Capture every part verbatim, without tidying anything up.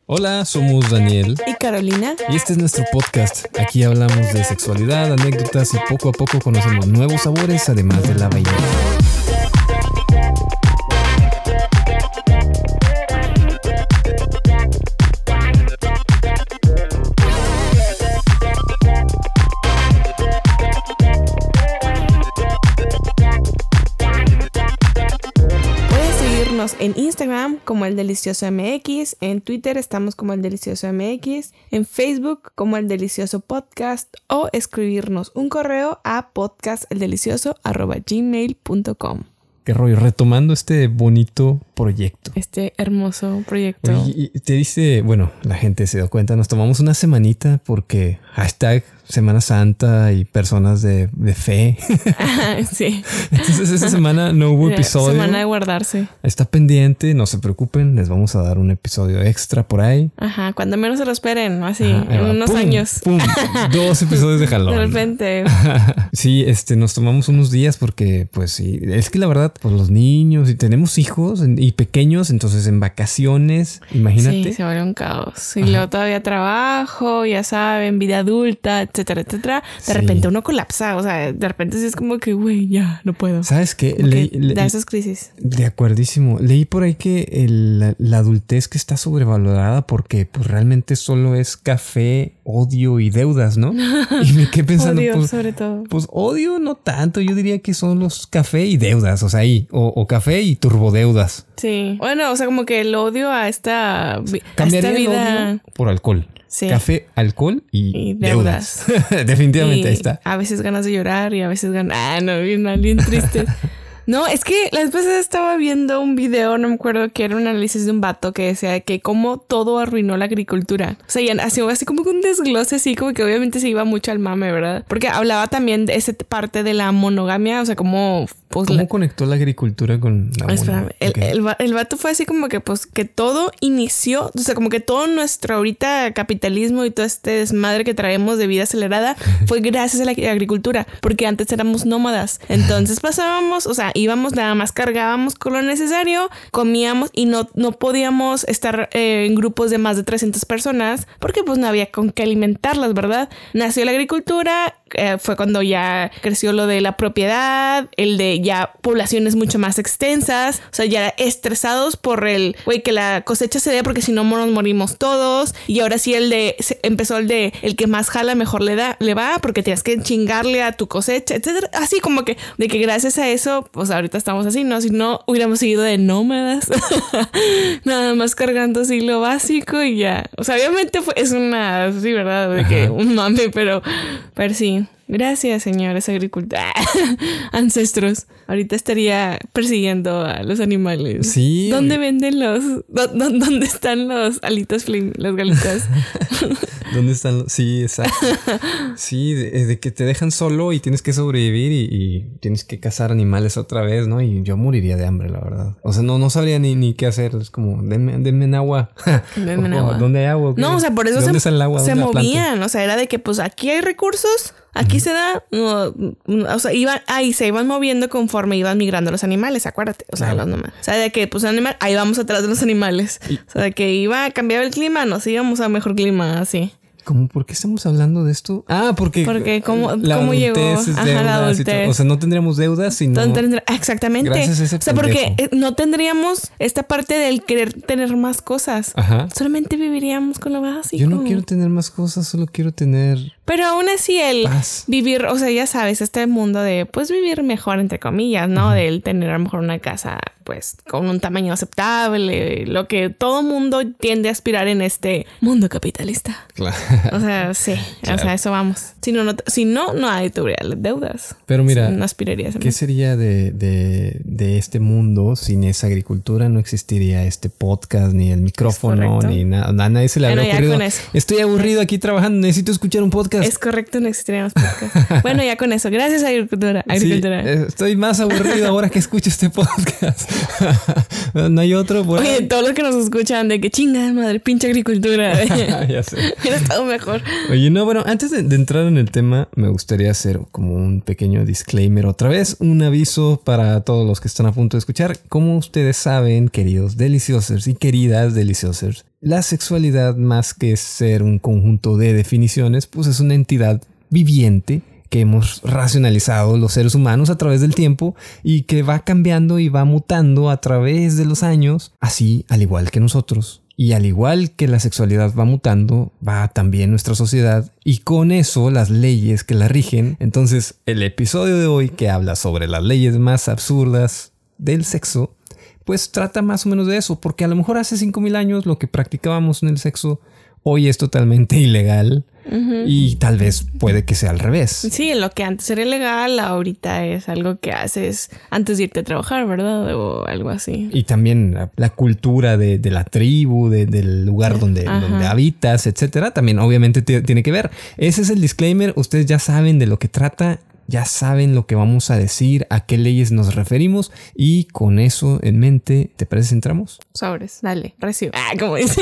Hola, somos Daniel y Carolina y este es nuestro podcast. Aquí hablamos de sexualidad, anécdotas y poco a poco conocemos nuevos sabores además de la vainilla. En Instagram como El Delicioso M X, en Twitter estamos como El Delicioso M X, en Facebook como El Delicioso Podcast o escribirnos un correo a podcasteldelicioso arroba gmail punto com. Qué rollo, retomando este bonito proyecto. Este hermoso proyecto. Oye, y te dice, bueno, la gente se dio cuenta, nos tomamos una semanita porque hashtag Semana Santa y personas de, de fe. Ah, sí. Entonces esa semana no hubo episodio. Semana de guardarse. Está pendiente, no se preocupen, les vamos a dar un episodio extra por ahí. Ajá, cuando menos se lo esperen, así, Ajá, en va. unos ¡Pum! años. ¡Pum! Dos episodios de jalón. De repente. Sí, este, nos tomamos unos días porque, pues sí, es que la verdad, pues los niños y tenemos hijos y pequeños, entonces en vacaciones, imagínate. Sí, se vuelve un caos. Y Ajá. luego todavía trabajo, ya saben, vida adulta, etcétera, etcétera. De sí. repente uno colapsa, o sea, de repente sí es como que, güey, ya, no puedo. ¿Sabes qué? Le, le, da esas crisis. De acuerdísimo. Leí por ahí que el, la, la adultez que está sobrevalorada porque pues realmente solo es café, odio y deudas, ¿no? Y me quedé pensando, odio, pues, sobre todo. Pues odio no tanto, yo diría que son los café y deudas, o sea, ahí, o, o café y turbodeudas. Sí. Bueno, o sea, como que el odio a esta, a Cambiaría esta vida el odio por alcohol. Sí. Café, alcohol y, y deudas. deudas. Definitivamente, y ahí está. A veces ganas de llorar y a veces ganas... Ah, no, bien, bien triste. No, es que la vez pasada estaba viendo un video, no me acuerdo, que era un análisis de un vato que decía que cómo todo arruinó la agricultura. O sea, así, así como que un desglose así, como que obviamente se iba mucho al mame, ¿verdad? Porque hablaba también de esa parte de la monogamia, o sea, como... Pues, ¿Cómo la... conectó la agricultura con la Espérame, el, okay. el, el vato fue así como que pues que todo inició, o sea, como que todo nuestro ahorita capitalismo y todo este desmadre que traemos de vida acelerada fue gracias a la agricultura, porque antes éramos nómadas. Entonces pasábamos, o sea, íbamos nada más, cargábamos con lo necesario, comíamos y no, no podíamos estar eh, en grupos de más de trescientas personas porque pues no había con qué alimentarlas, ¿verdad? Nació la agricultura, eh, fue cuando ya creció lo de la propiedad, el de ya poblaciones mucho más extensas, o sea, ya estresados por el, güey, que la cosecha se dé porque si no nos morimos todos, y ahora sí el de, empezó el de, el que más jala mejor le da, le va, porque tienes que chingarle a tu cosecha, etcétera, así como que, de que gracias a eso, pues ahorita estamos así, ¿no? Si no, hubiéramos seguido de nómadas, nada más cargando así lo básico y ya, o sea, obviamente fue, es una, sí, ¿verdad? De que un mame, pero, pero sí. Gracias, señores agricultores, ancestros. Ahorita estaría persiguiendo a los animales. Sí. ¿Dónde venden los? ¿Dónde están los alitas flim, las galitas? ¿Dónde están los? Sí, exacto. Sí, de, de que te dejan solo y tienes que sobrevivir y, y tienes que cazar animales otra vez, ¿no? Y yo moriría de hambre, la verdad. O sea, no, no sabría ni, ni qué hacer. Es como, denme, denme en agua. Denme en agua. ¿Dónde hay agua? No, o sea, por eso ¿Dónde se, está el agua? se movían. O sea, era de que, pues, aquí hay recursos. Aquí uh-huh. se da, no, o sea, iban, ahí se iban moviendo conforme iban migrando los animales, acuérdate, o sea, claro. los nomás. O sea, de que, pues, animal, ahí vamos atrás de los animales. Y... O sea, de que iba a cambiar el clima, nos íbamos a mejor clima, así. ¿Cómo? ¿Por qué estamos hablando de esto? Ah, porque... Porque cómo, la ¿cómo llegó? Es Ajá, la adultez. O sea, no tendríamos deudas sino... Tendrá, exactamente. Gracias a ese o sea, pendejo. porque no tendríamos esta parte del querer tener más cosas. Ajá. Solamente viviríamos con lo básico. Yo no quiero tener más cosas, solo quiero tener... Pero aún así el paz. Vivir, o sea, ya sabes, este mundo de, pues, vivir mejor, entre comillas, ¿no? Uh-huh. Del tener a lo mejor una casa, pues, con un tamaño aceptable, lo que todo mundo tiende a aspirar en este mundo capitalista. Claro. O sea, sí, claro. O sea, eso vamos. Si no, no, si no, no hay tuviera deudas. Pero mira, no aspirarías a ¿qué sería de, de, de este mundo sin esa agricultura? No existiría este podcast, ni el micrófono, ni nada. A nadie se le habría bueno, ocurrido. Con eso. Estoy aburrido aquí trabajando, necesito escuchar un podcast. Es correcto, no existirían los podcasts. Bueno, ya con eso. Gracias, agricultura. agricultura. Sí, estoy más aburrido ahora que escucho este podcast. No hay otro. Por Oye, todos los que nos escuchan de que chinga madre, pinche agricultura. Ya sé. Hubiera estado mejor. Oye, no, bueno, antes de, de entrar en el tema, me gustaría hacer como un pequeño disclaimer otra vez. Un aviso para todos los que están a punto de escuchar. Como ustedes saben, queridos deliciosos y queridas deliciosas, la sexualidad, más que ser un conjunto de definiciones, pues es una entidad viviente que hemos racionalizado los seres humanos a través del tiempo y que va cambiando y va mutando a través de los años, así al igual que nosotros. Y al igual que la sexualidad va mutando, va también nuestra sociedad y con eso las leyes que la rigen. Entonces, el episodio de hoy, que habla sobre las leyes más absurdas del sexo, pues trata más o menos de eso, porque a lo mejor hace cinco mil años lo que practicábamos en el sexo hoy es totalmente ilegal. Uh-huh. Y tal vez puede que sea al revés. Sí, lo que antes era ilegal ahorita es algo que haces antes de irte a trabajar, ¿verdad? O algo así. Y también la, la cultura de, de la tribu, de, del lugar donde, donde habitas, etcétera, también obviamente t- tiene que ver. Ese es el disclaimer. Ustedes ya saben de lo que trata, ya saben lo que vamos a decir, a qué leyes nos referimos, y con eso en mente, ¿te parece si entramos? Sobres, dale, recibo. Ah, como dice.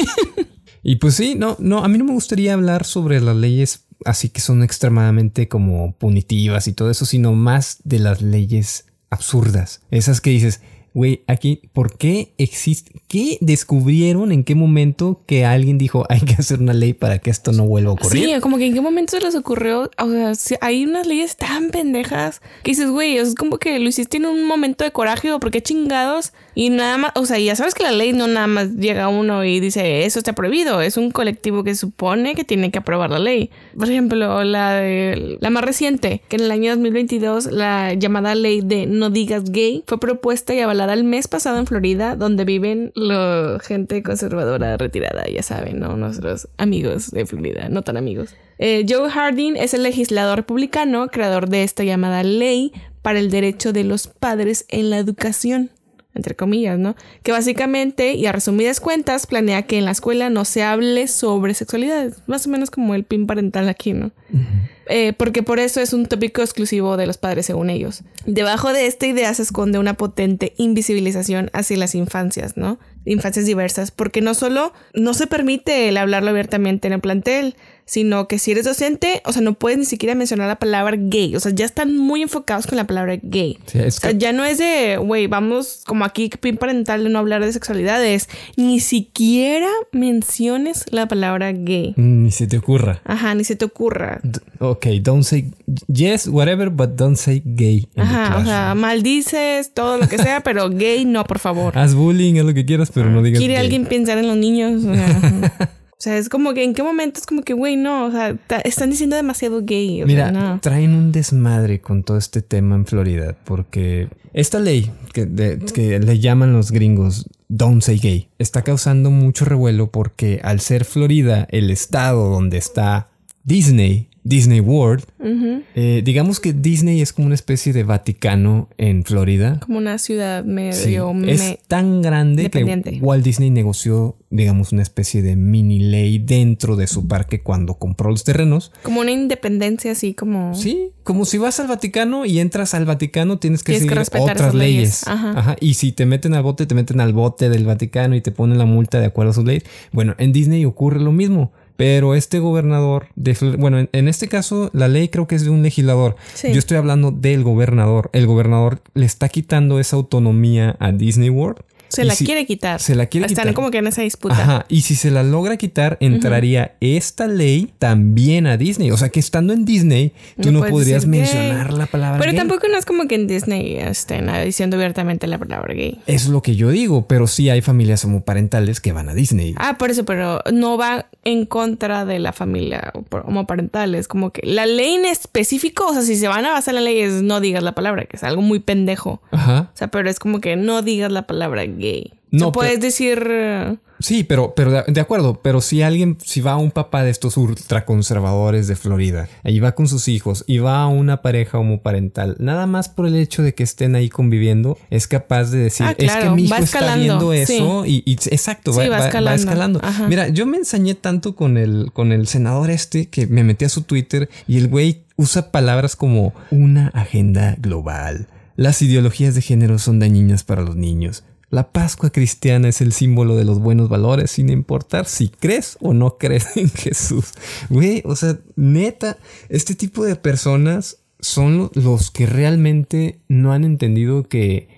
Y pues sí, no, no, a mí no me gustaría hablar sobre las leyes así que son extremadamente como punitivas y todo eso, sino más de las leyes absurdas. Esas que dices, güey, aquí, ¿por qué existe? ¿Qué descubrieron? ¿En qué momento que alguien dijo hay que hacer una ley para que esto no vuelva a ocurrir? Sí, como que en qué momento se les ocurrió. O sea, si hay unas leyes tan pendejas que dices, güey, es como que lo hiciste en un momento de coraje o porque chingados. Y nada más, o sea, ya sabes que la ley no nada más llega uno y dice eso está prohibido. Es un colectivo que supone que tiene que aprobar la ley. Por ejemplo, la de la más reciente, que en el año dos mil veintidós, la llamada ley de no digas gay fue propuesta y avalada el mes pasado en Florida, donde viven la gente conservadora retirada, ya saben, ¿no? Nuestros amigos de Florida, no tan amigos. Eh, Joe Harding es el legislador republicano, creador de esta llamada ley para el derecho de los padres en la educación, entre comillas, ¿no? Que básicamente, y a resumidas cuentas, planea que en la escuela no se hable sobre sexualidad. Más o menos como el pin parental aquí, ¿no? Uh-huh. Eh, porque por eso es un tópico exclusivo de los padres, según ellos. Debajo de esta idea se esconde una potente invisibilización hacia las infancias, ¿no? Infancias diversas, porque no solo no se permite el hablarlo abiertamente en el plantel, sino que si eres docente, o sea, no puedes ni siquiera mencionar la palabra gay. O sea, ya están muy enfocados con la palabra gay. Sí, es o sea, que... ya no es de, güey, vamos como aquí, pin parental de no hablar de sexualidades. Ni siquiera menciones la palabra gay. Ni se te ocurra. Ajá, ni se te ocurra. D- ok, don't say yes, whatever, but don't say gay. Ajá, o sea, maldices, todo lo que sea, pero gay no, por favor. Haz bullying, haz lo que quieras, pero no digas ¿Quiere gay. alguien pensar en los niños? O sea, o sea, es como que en qué momento es como que, güey, no, o sea, ta, están diciendo demasiado gay. O Mira, sea, no. Traen un desmadre con todo este tema en Florida, porque esta ley que, de, que le llaman los gringos Don't Say Gay está causando mucho revuelo porque al ser Florida el estado donde está Disney, Disney World, uh-huh. eh, digamos que Disney es como una especie de Vaticano en Florida. Como una ciudad medio... Sí, me- es tan grande que Walt Disney negoció, digamos, una especie de mini ley dentro de su parque cuando compró los terrenos. Como una independencia así como... Sí, como si vas al Vaticano y entras al Vaticano tienes que Tienes seguir que respetar otras esas leyes. leyes. Ajá. Ajá. Y si te meten al bote, te meten al bote del Vaticano y te ponen la multa de acuerdo a sus leyes. Bueno, en Disney ocurre lo mismo. Pero este gobernador, de Flor- bueno, en, en este caso la ley creo que es de un legislador. Sí. Yo estoy hablando del gobernador. El gobernador le está quitando esa autonomía a Disney World. Se la si, quiere quitar. Se la quiere Están quitar. como que en esa disputa. Ajá. Y si se la logra quitar, entraría uh-huh. esta ley también a Disney. O sea que estando en Disney, tú no, no podrías mencionar gay. La palabra pero gay. Pero tampoco no es como que en Disney estén diciendo abiertamente la palabra gay. Es lo que yo digo. Pero sí hay familias homoparentales que van a Disney. Ah, por eso. Pero no va en contra de la familia homoparental. Es como que la ley en específico, o sea, si se van a basar en la ley es no digas la palabra, que es algo muy pendejo. Ajá. O sea, pero es como que no digas la palabra gay. No, o sea, puedes pero, decir... Sí, pero, pero de, de acuerdo. Pero si alguien, si va a un papá de estos ultraconservadores de Florida, ahí va con sus hijos y va a una pareja homoparental, nada más por el hecho de que estén ahí conviviendo, es capaz de decir, ah, claro, es que mi hijo está viendo eso. Sí. Y, y exacto, sí, va, va escalando. Va, va escalando. Mira, yo me ensañé tanto con el, con el senador este que me metí a su Twitter y el güey usa palabras como una agenda global. Las ideologías de género son dañinas para los niños. La Pascua cristiana es el símbolo de los buenos valores, sin importar si crees o no crees en Jesús. Güey, o sea, neta, este tipo de personas son los que realmente no han entendido que,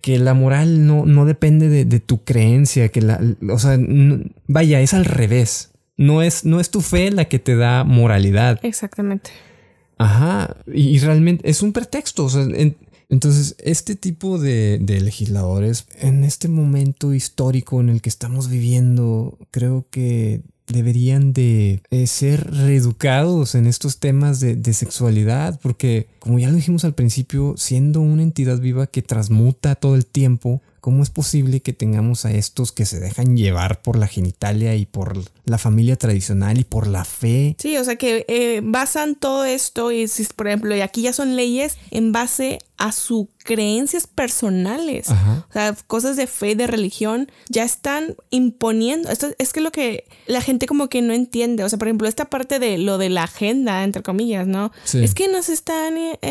que la moral no, no depende de, de tu creencia, que la, o sea, no, vaya, es al revés. No es, no es tu fe la que te da moralidad. Exactamente. Ajá, y, y realmente es un pretexto, o sea, en, entonces este tipo de, de legisladores en este momento histórico en el que estamos viviendo, creo que deberían de eh, ser reeducados en estos temas de, de sexualidad, porque como ya lo dijimos al principio, siendo una entidad viva que transmuta todo el tiempo, ¿cómo es posible que tengamos a estos que se dejan llevar por la genitalia y por la familia tradicional y por la fe? Sí, o sea que eh, basan todo esto y si, por ejemplo, y aquí ya son leyes en base a sus creencias personales. Ajá. O sea, cosas de fe, de religión, ya están imponiendo. Esto es que lo que la gente como que no entiende. O sea, por ejemplo, esta parte de lo de la agenda, entre comillas, ¿no? Sí. Es que nos están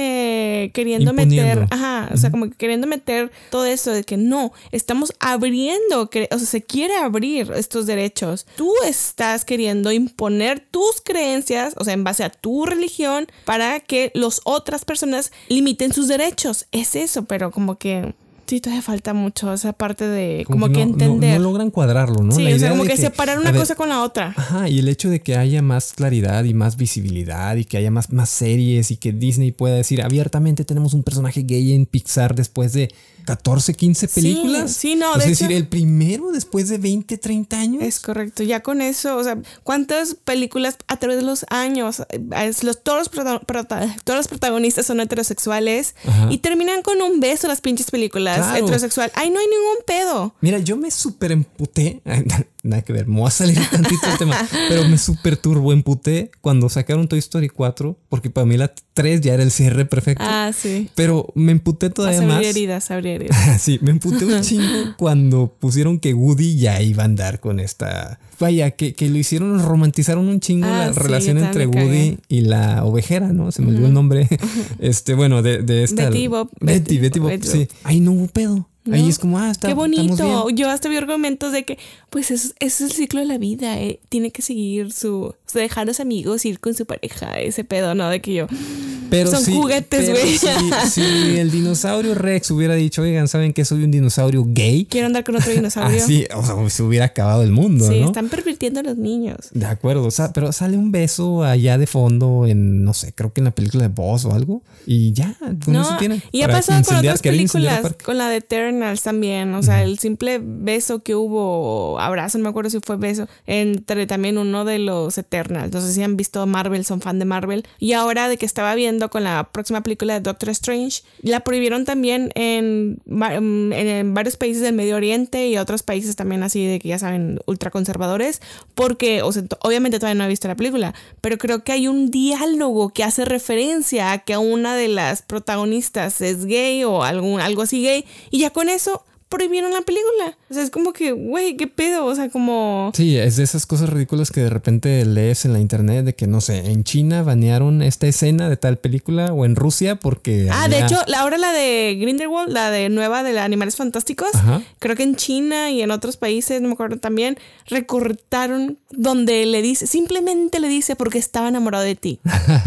eh, queriendo Imponiendo. meter, ajá, o sea, como que queriendo meter todo eso de que no, estamos abriendo, que, o sea, se quiere abrir estos derechos. Tú estás queriendo imponer tus creencias, o sea, en base a tu religión, para que las otras personas limiten sus derechos. Es eso, pero como que sí, todavía falta mucho esa parte de como, como que, que no, entender. No, no logran cuadrarlo, ¿no? Sí, la o idea sea, como de que, que separar una ver, cosa con la otra. Ajá, y el hecho de que haya más claridad y más visibilidad y que haya más, más series y que Disney pueda decir abiertamente tenemos un personaje gay en Pixar después de catorce, quince películas. Sí, sí, no, o de sea, hecho, es decir, el primero después de veinte, treinta años. Es correcto, ya con eso, o sea, ¿cuántas películas a través de los años, los, todos, los prota, prota, todos los protagonistas son heterosexuales? Ajá. Y terminan con un beso las pinches películas claro. heterosexual? Ay, no hay ningún pedo. Mira, yo me súper emputé, nada que ver, me voy a salir un tantito del tema, pero me súper turbo emputé cuando sacaron Toy Story cuatro, porque para mí la tres ya era el cierre perfecto. Ah, sí. Pero me emputé todavía más. Abrir heridas, abrir heridas. Sí, me emputé un chingo cuando pusieron que Woody ya iba a andar con esta... Vaya, que, que lo hicieron, romantizaron un chingo ah, la sí, relación entre Woody y la ovejera, ¿no? Se me olvidó uh-huh. el nombre. Este, bueno, de, de esta... Betty Bob. Betty, Betty Bob, Betty Bob. Sí. Ahí no hubo pedo. ¿No? Ahí es como, ah, está, qué bonito. Yo hasta vi argumentos de que, pues, eso, eso es el ciclo de la vida. Eh. Tiene que seguir su. O sea, dejar a los amigos, ir con su pareja. Ese pedo, ¿no? De que yo. Pero son sí, juguetes, güey. Si, si el dinosaurio Rex hubiera dicho, oigan, ¿saben que soy un dinosaurio gay? Quiero andar con otro dinosaurio. Ah, sí, o sea, se hubiera acabado el mundo, sí, ¿no? Están pervirtiendo a los niños. De acuerdo, o sea, pero sale un beso allá de fondo en, no sé, creo que en la película de Buzz o algo. Y ya, con no, eso tienen. Y ha pasado con otras películas, con la de Eternals también. O sea, uh-huh. el simple beso que hubo, abrazo, no me acuerdo si fue beso, entre también uno de los Eternals. No sé si han visto Marvel, son fan de Marvel. Y ahora de que estaba viendo con la próxima película de Doctor Strange, la prohibieron también en, en, en varios países del Medio Oriente y otros países también así de que ya saben, ultraconservadores, porque, o sea, obviamente todavía no he visto la película, pero creo que hay un diálogo que hace referencia a que una de las protagonistas es gay o algún, algo así gay, y ya con eso prohibieron la película. O sea, es como que, güey, ¿qué pedo? O sea, como... Sí, es de esas cosas ridículas que de repente lees en la internet de que, no sé, en China banearon esta escena de tal película o en Rusia porque... Ah, había... de hecho, la, ahora la de Grindelwald, la de nueva de Animales Fantásticos, ajá. creo que en China y en otros países, no me acuerdo también, recortaron donde le dice, simplemente le dice porque estaba enamorado de ti.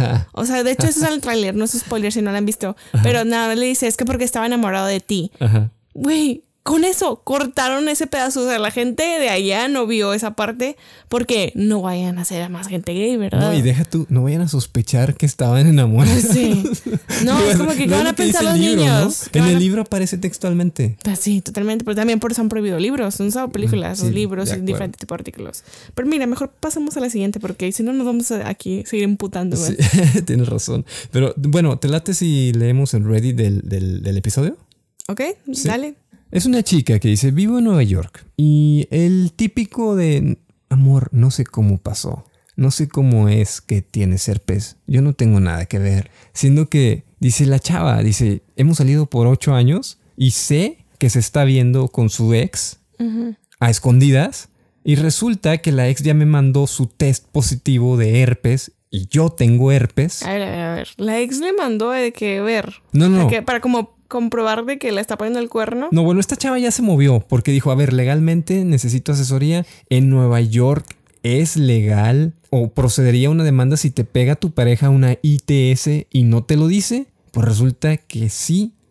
O sea, de hecho eso es en el tráiler, no es spoiler si no lo han visto, ajá. pero nada, le dice, es que porque estaba enamorado de ti. Ajá. Güey, con eso cortaron ese pedazo. O sea, la gente de allá no vio esa parte porque no vayan a ser a más gente gay, ¿verdad? No, y deja tú, no vayan a sospechar que estaban enamorados. Sí. No, es como que ¿qué van a pensar los libro, niños? ¿no? En el a... libro aparece textualmente. Sí, totalmente. Pero también por eso han prohibido libros. No son películas, sí, libros y diferentes tipos de artículos. Pero mira, mejor pasamos a la siguiente porque si no nos vamos a aquí seguir imputando. Sí, tienes razón. Pero bueno, ¿te late si leemos el Reddit del, del, del episodio? Ok, sí. Dale. Es una chica que dice, vivo en Nueva York y el típico de, amor, no sé cómo pasó, no sé cómo es que tienes herpes, yo no tengo nada que ver. Siendo que, dice la chava, dice, hemos salido por ocho años y sé que se está viendo con su ex uh-huh. a escondidas y resulta que la ex ya me mandó su test positivo de herpes y yo tengo herpes. A ver, a ver, a ver, la ex le mandó de que ver. No, no. Que, para como... comprobar de que le está poniendo el cuerno. No, bueno, esta chava ya se movió porque dijo, a ver, legalmente necesito asesoría. En Nueva York es legal o procedería una demanda si te pega tu pareja una I T S y no te lo dice. Pues resulta que sí,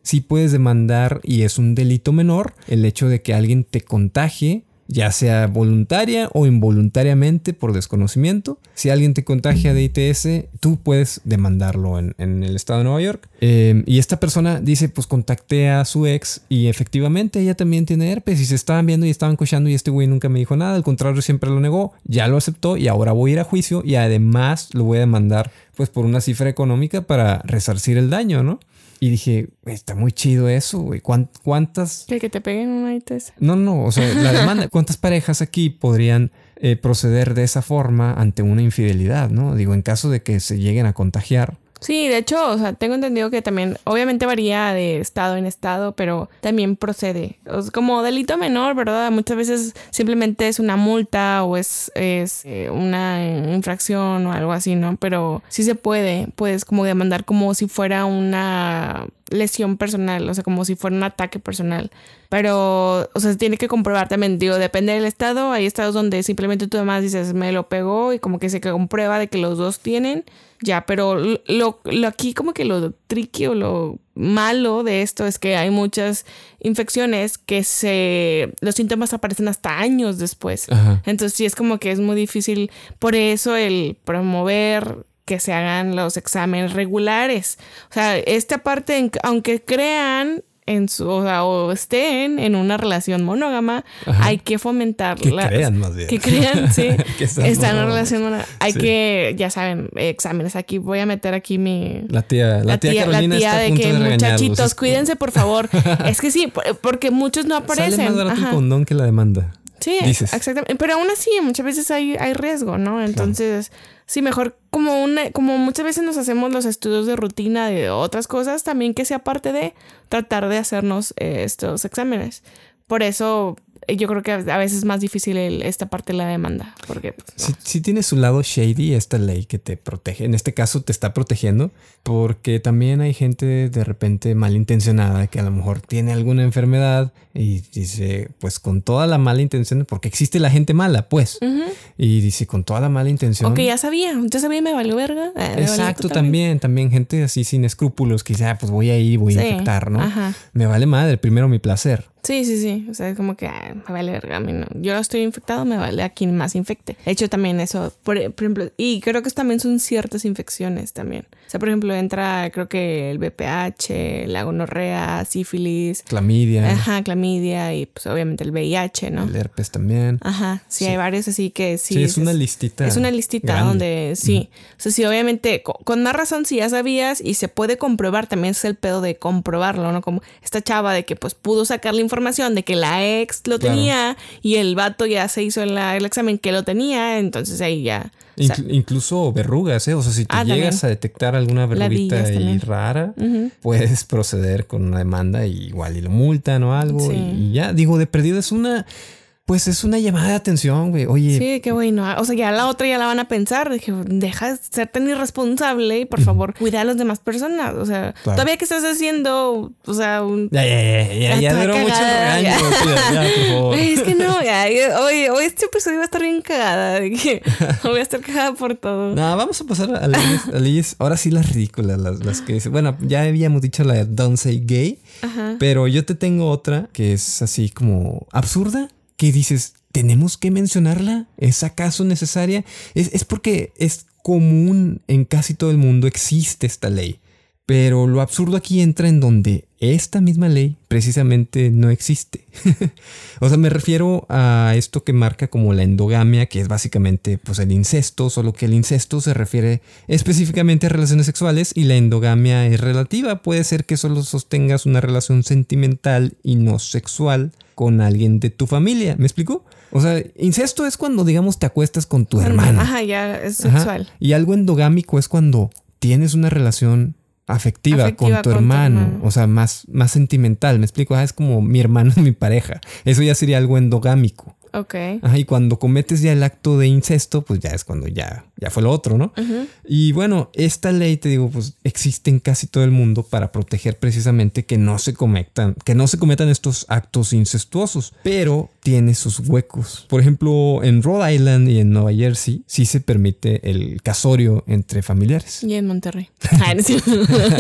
sí puedes demandar, y es un delito menor, el hecho de que alguien te contagie, ya sea voluntaria o involuntariamente por desconocimiento. Si alguien te contagia de I T S, tú puedes demandarlo en, en el estado de Nueva York. Eh, y esta persona dice, pues contacté a su ex y efectivamente ella también tiene herpes y se estaban viendo y estaban cochando y este güey nunca me dijo nada. Al contrario, siempre lo negó. Ya lo aceptó y ahora voy a ir a juicio y además lo voy a demandar pues por una cifra económica para resarcir el daño, ¿no? Y dije, está muy chido eso, güey. ¿Cuántas...? ¿Que, que te peguen una I T S? No, no, o sea, la demanda. ¿Cuántas parejas aquí podrían eh, proceder de esa forma ante una infidelidad, no? Digo, en caso de que se lleguen a contagiar. Sí, de hecho, o sea, tengo entendido que también, obviamente varía de estado en estado, pero también procede. O sea, como delito menor, ¿verdad? Muchas veces simplemente es una multa o es, es eh, una infracción o algo así, ¿no? Pero sí se puede, puedes como demandar como si fuera una lesión personal, o sea, como si fuera un ataque personal. Pero, o sea, se tiene que comprobar también, digo, depende del estado. Hay estados donde simplemente tú además dices, me lo pegó y como que se comprueba de que los dos tienen. Ya, pero lo, lo aquí como que lo tricky o lo malo de esto es que hay muchas infecciones que se los síntomas aparecen hasta años después. Ajá. Entonces sí es como que es muy difícil. Por eso el promover que se hagan los exámenes regulares. O sea, esta parte, aunque crean en su, o, sea, o estén en una relación monógama, ajá, hay que fomentar que la, crean más bien que crean, sí, que están en una relación monógama. Hay sí. que, ya saben, exámenes. Aquí voy a meter aquí mi la tía, la, la tía, tía Carolina la tía está de a punto que de muchachitos, cuídense por favor. Es que sí, porque muchos no aparecen. Sale más barato el condón que la demanda. Sí, dices. Exactamente. Pero aún así, muchas veces hay, hay riesgo, ¿no? Entonces, claro. Sí, mejor como una, como muchas veces nos hacemos los estudios de rutina de otras cosas, también que sea parte de tratar de hacernos eh, estos exámenes. Por eso yo creo que a veces es más difícil el, esta parte de la demanda. Porque pues, no. sí, sí tiene su lado shady esta ley que te protege. En este caso te está protegiendo porque también hay gente de repente malintencionada que a lo mejor tiene alguna enfermedad y dice, pues con toda la mala intención, porque existe la gente mala, pues. Uh-huh. Y dice, con toda la mala intención. Ok, ya sabía, ya sabía, me valió verga. Eh, me Exacto, valió también, también gente así sin escrúpulos que dice, ah, pues voy a ir, voy sí. a infectar, ¿no? Ajá. Me vale madre, primero mi placer. Sí, sí, sí. O sea, es como que ah, me vale verga. A mí no. Yo estoy infectado, me vale a quien más infecte. De hecho, también eso, por, por ejemplo, y creo que también son ciertas infecciones también. O sea, por ejemplo, entra, creo que el B P H, la gonorrea, sífilis. Clamidia. Ajá, clamidia y pues obviamente el V I H, ¿no? El herpes también. Ajá, sí, sí. Hay varios así que sí. Sí, es, es una listita. Es una listita grande. Donde sí. Mm. O sea, sí, obviamente, con, con más razón si ya sabías y se puede comprobar, también es el pedo de comprobarlo, ¿no? Como esta chava de que pues pudo sacar la información de que la ex lo claro. tenía y el vato ya se hizo en la, el examen que lo tenía, entonces ahí ya... Inclu- o sea, incluso verrugas, ¿eh? O sea, si te ah, llegas también. a detectar alguna verruguita ahí rara, uh-huh. puedes proceder con una demanda y igual y lo multan o algo sí. y ya, digo, de perdido es una... Pues es una llamada de atención, güey. Oye. Sí, qué bueno. O sea, ya la otra ya la van a pensar. Dije, deja de ser tan irresponsable y por favor, cuida a las demás personas. O sea, claro. todavía que estás haciendo, o sea, un. Ya, ya, ya, ya, ya duró mucho regaño. Ya. Ya, ya, por favor. Ay, es que no, ya. Hoy, hoy este episodio va a estar bien cagada. De que voy a estar cagada por todo. No, vamos a pasar a leyes, a leyes. Ahora sí, las ridículas, las, las que dicen. Bueno, ya habíamos dicho la de Don't Say Gay. Ajá. Pero yo te tengo otra que es así como absurda. Que dices, ¿tenemos que mencionarla? ¿Es acaso necesaria? Es, es porque es común en casi todo el mundo, existe esta ley. Pero lo absurdo aquí entra en donde esta misma ley precisamente no existe. O sea, me refiero a esto que marca como la endogamia, que es básicamente pues el incesto, solo que el incesto se refiere específicamente a relaciones sexuales y la endogamia es relativa. Puede ser que solo sostengas una relación sentimental y no sexual con alguien de tu familia. ¿Me explico? O sea, incesto es cuando, digamos, te acuestas con tu hermano. Ajá, ya es sexual. Ajá. Y algo endogámico es cuando tienes una relación afectiva, afectiva con, tu, con hermano, tu hermano. O sea, más, más sentimental. ¿Me explico? Ah, es como mi hermano es mi pareja. Eso ya sería algo endogámico. Ok. Ajá, y cuando cometes ya el acto de incesto, pues ya es cuando ya ya fue lo otro, ¿no? Uh-huh. Y bueno, esta ley, te digo, pues existe en casi todo el mundo para proteger precisamente que no se cometan, que no se cometan estos actos incestuosos, pero tiene sus huecos. Por ejemplo, en Rhode Island y en Nueva Jersey sí se permite el casorio entre familiares. Y en Monterrey. Ah, no, sí.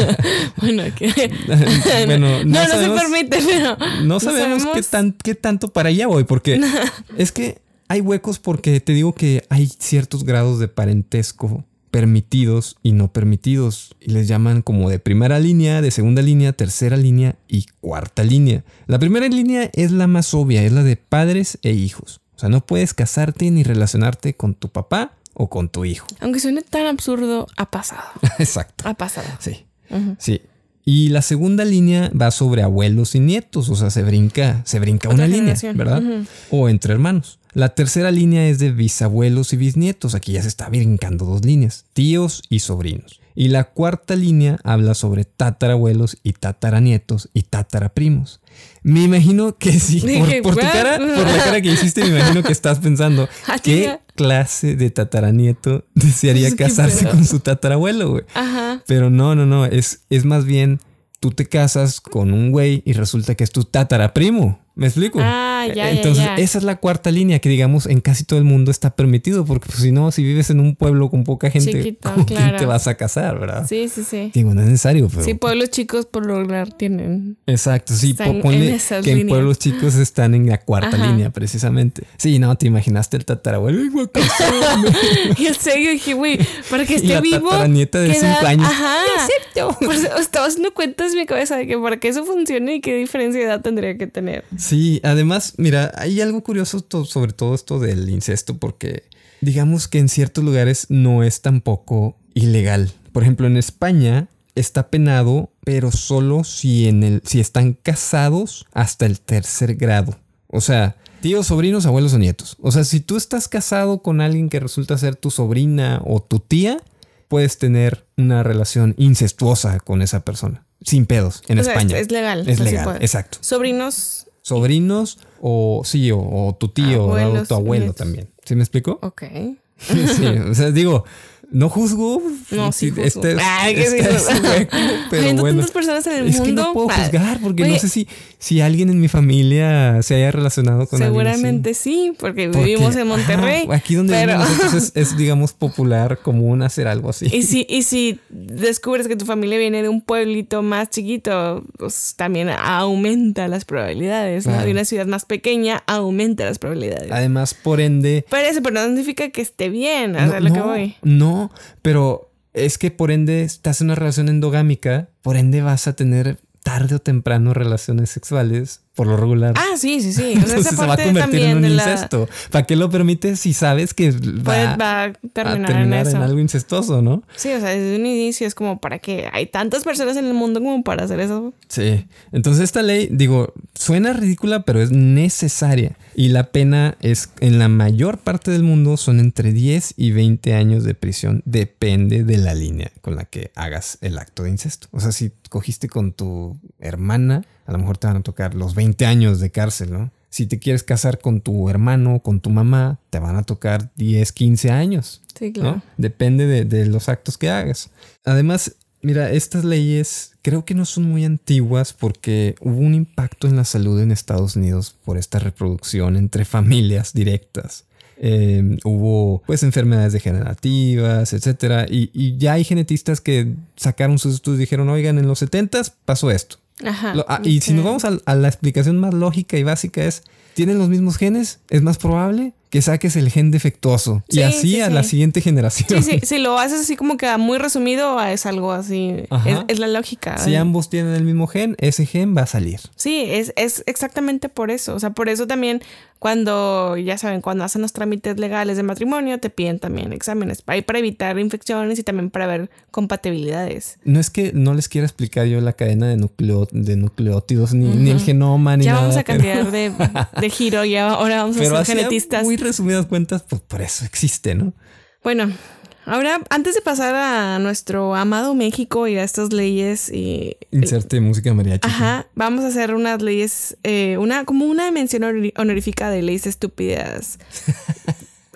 Bueno, que... bueno, no, no, no sabemos, se permite, pero... No sabemos, sabemos... Qué, tan, qué tanto para allá voy, porque es que hay huecos porque te digo que hay ciertos grados de parentesco permitidos y no permitidos. Y les llaman como de primera línea, de segunda línea, tercera línea y cuarta línea. La primera línea es la más obvia, es la de padres e hijos. O sea, no puedes casarte ni relacionarte con tu papá o con tu hijo. Aunque suene tan absurdo, ha pasado. Exacto. Ha pasado. Sí. Uh-huh. Sí. Y la segunda línea va sobre abuelos y nietos. O sea, se brinca, se brinca una línea, ¿verdad? Uh-huh. O entre hermanos. La tercera línea es de bisabuelos y bisnietos. Aquí ya se está brincando dos líneas. Tíos y sobrinos. Y la cuarta línea habla sobre tatarabuelos y tataranietos y tataraprimos. Me imagino que sí. Por, por tu cara, por la cara que hiciste, me imagino que estás pensando ¿qué clase de tataranieto desearía casarse con su tatarabuelo, güey? Ajá. Pero no, no, no. Es, es más bien tú te casas con un güey y resulta que es tu tataraprimo. ¿Me explico? Ah, ya, Entonces, ya, ya. esa es la cuarta línea que, digamos, en casi todo el mundo está permitido. Porque pues, si no, si vives en un pueblo con poca gente, chiquito, ¿con claro. quién te vas a casar, verdad? Sí, sí, sí. Digo, no es necesario, pero... Sí, pueblos chicos por lograr tienen... Exacto, sí. Están Ponle en esas que líneas. en pueblos chicos están en la cuarta Ajá. línea, precisamente. Sí, no, te imaginaste el tatarabuelo. ¡Ay, guau, Y en serio dije, güey, para que Y esté la vivo... tataranieta de queda- cinco años. Ajá. Acepto. Pues, estaba haciendo cuentas en mi cabeza de que para que eso funcione y qué diferencia de edad tendría que tener. Sí, además, mira, hay algo curioso to- sobre todo esto del incesto porque digamos que en ciertos lugares no es tampoco ilegal. Por ejemplo, en España está penado, pero solo si, en el, si están casados hasta el tercer grado. O sea, tíos, sobrinos, abuelos o nietos. O sea, si tú estás casado con alguien que resulta ser tu sobrina o tu tía, puedes tener una relación incestuosa con esa persona. Sin pedos, en O sea, España. es, es legal. Es o sea, sí legal, puede. exacto. Sobrinos. Sobrinos o sí, o, o tu tío Abuelos, o tu abuelo nietos. también. ¿Sí me explico? Ok. Sí, o sea, digo, no juzgo. No, sí juzgo. Este es, Ay, que este sí. es hueco, pero Habiendo bueno. tantas personas en el Es mundo. que no puedo ah, juzgar porque oye, no sé si, si alguien en mi familia se haya relacionado con seguramente alguien sí, porque, así. vivimos Porque, en Monterrey. ajá, aquí donde pero... vivimos nosotros es, es, digamos, popular, común hacer algo así. Y si, y si descubres que tu familia viene de un pueblito más chiquito, pues también aumenta las probabilidades, Claro. ¿no? De una ciudad más pequeña aumenta las probabilidades. Además, por ende... Pero eso, pero no significa que esté bien, o No, sea, lo no, que voy. no, pero es que por ende estás en una relación endogámica, por ende vas a tener tarde o temprano relaciones sexuales, por lo regular. Ah, sí, sí, sí. O sea, Entonces esa se va a parte convertir también en un de la... incesto. ¿Para qué lo permites si sabes que Puede, va, va a terminar, a terminar en en, eso. algo incestuoso, no? Sí, o sea, desde un inicio es como para que hay tantas personas en el mundo como para hacer eso. Sí. Entonces esta ley, digo, suena ridícula, pero es necesaria. Y la pena es, en la mayor parte del mundo, son entre diez y veinte años de prisión. Depende de la línea con la que hagas el acto de incesto. O sea, si cogiste con tu hermana, a lo mejor te van a tocar los veinte años de cárcel, ¿no? Si te quieres casar con tu hermano, con tu mamá, te van a tocar diez, quince años. Sí, claro. ¿No? Depende de, de los actos que hagas. Además, mira, estas leyes creo que no son muy antiguas porque hubo un impacto en la salud en Estados Unidos por esta reproducción entre familias directas. Eh, hubo pues enfermedades degenerativas, etcétera. Y, y ya hay genetistas que sacaron sus estudios y dijeron, oigan, en los setentas pasó esto. Ajá. Lo, ah, y si nos vamos a, a la explicación más lógica y básica es, ¿tienen los mismos genes? Es más probable que saques el gen defectuoso. Sí, y así sí, a sí. la siguiente generación. Sí, sí, si lo haces así como que muy resumido, es algo así. Es, es la lógica. Si ambos tienen el mismo gen, ese gen va a salir. Sí, es, es exactamente por eso. O sea, por eso también cuando, ya saben, cuando hacen los trámites legales de matrimonio, te piden también exámenes para, para evitar infecciones y también para ver compatibilidades. No es que no les quiera explicar yo la cadena de, nucleo, de nucleótidos, ni, uh-huh. ni el genoma, ni ya nada. Ya vamos a cambiar de, de giro, ya ahora vamos a pero ser genetistas. Muy resumidas cuentas, pues por eso existe, ¿no? Bueno, ahora antes de pasar a nuestro amado México y a estas leyes y... Inserte música mariachi. Ajá, vamos a hacer unas leyes, eh, una como una mención honorífica de leyes estúpidas.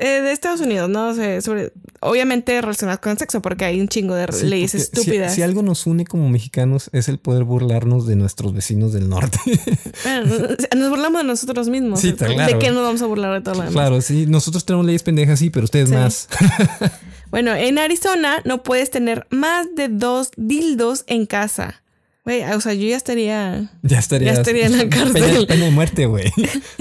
eh, de Estados Unidos, ¿no? O sea, sobre, obviamente relacionadas con el sexo, porque hay un chingo de Sí, leyes porque estúpidas. Si, si algo nos une como mexicanos es el poder burlarnos de nuestros vecinos del norte. Bueno, nos burlamos de nosotros mismos. Sí, ¿De claro. qué nos vamos a burlar de todo lo demás? Claro, sí, nosotros tenemos leyes pendejas, sí, pero ustedes Sí. más. Bueno, en Arizona no puedes tener más de dos dildos en casa. Güey, o sea, yo ya estaría... Ya estaría, Ya estaría en la cárcel. Pena, pena de muerte, güey.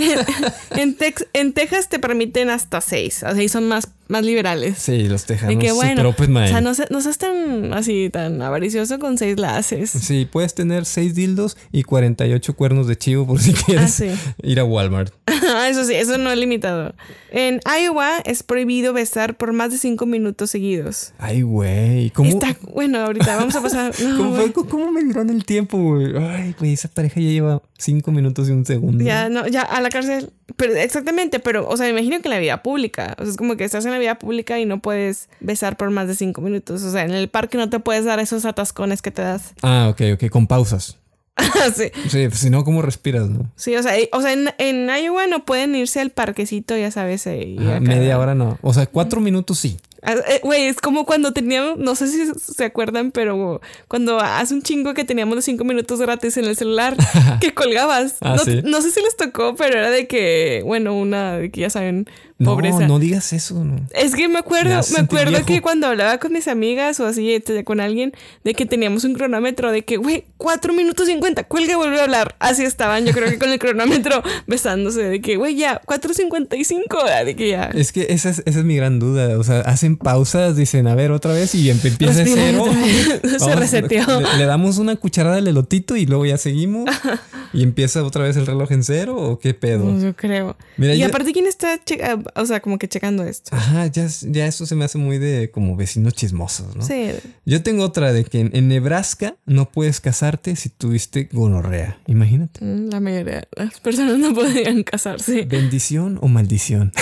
en, Tex- en Texas te permiten hasta seis. O sea, y son más, más liberales. Sí, los tejanos. De que bueno, super open mind. o sea, no, se- no seas tan así, tan avaricioso con seis la haces. Sí, puedes tener seis dildos y cuarenta y ocho cuernos de chivo por si quieres Ah, sí. ir a Walmart. Eso sí, eso no es limitado. En Iowa es prohibido besar por más de cinco minutos seguidos. Ay, güey. ¿Cómo, Está, bueno, ahorita vamos a pasar. No, ¿cómo, güey. fue? ¿Cómo me dieron el tiempo, güey? Ay, güey, esa pareja ya lleva cinco minutos y un segundo. Ya, no, ya a la cárcel. Pero exactamente, pero, o sea, me imagino que en la vida pública. O sea, es como que estás en la vida pública y no puedes besar por más de cinco minutos. O sea, en el parque no te puedes dar esos atascones que te das. Ah, ok, ok, con pausas. sí. Sí, pues, si no, ¿cómo respiras, no? Sí, o sea, y- o sea en, en Iowa no pueden irse al parquecito, ya sabes. eh, y Ajá, acá- media hora no. O sea, cuatro minutos sí. Ah, eh, Güey, es como cuando teníamos, no sé si se acuerdan, pero cuando hace un chingo que teníamos los cinco minutos gratis en el celular que colgabas. Ah, no, sí. no sé si les tocó, pero era de que, bueno, una de que ya saben, pobreza. No, no digas eso, no. Es que me Me acuerdo, hace me sentir acuerdo viejo. que cuando hablaba con mis amigas o así, este, con alguien, de que teníamos un cronómetro de que, güey, cuatro minutos cincuenta, cuelga y vuelve a hablar. Así estaban, yo creo que con el cronómetro besándose, de que, güey, ya, cuatro cincuenta y cinco, de que ya. Es que esa es, esa es mi gran duda. O sea, hacen pausas, dicen, a ver, otra vez y em- empieza de Respira cero. otra vez. Se Vamos, reseteó. Le, le damos una cucharada del elotito y luego ya seguimos. ¿Y empieza otra vez el reloj en cero o qué pedo? No, yo creo. Mira, y yo- aparte, ¿quién está, che- ah, o sea, como que checando esto? Ajá, ya, ya eso se me hace muy de como vecinos chismosos, ¿no? Sí. Yo tengo otra de que en, en Nebraska no puedes casarte si tuviste gonorrea. Imagínate. Mm, La mayoría de las personas no podían casarse. Bendición o maldición.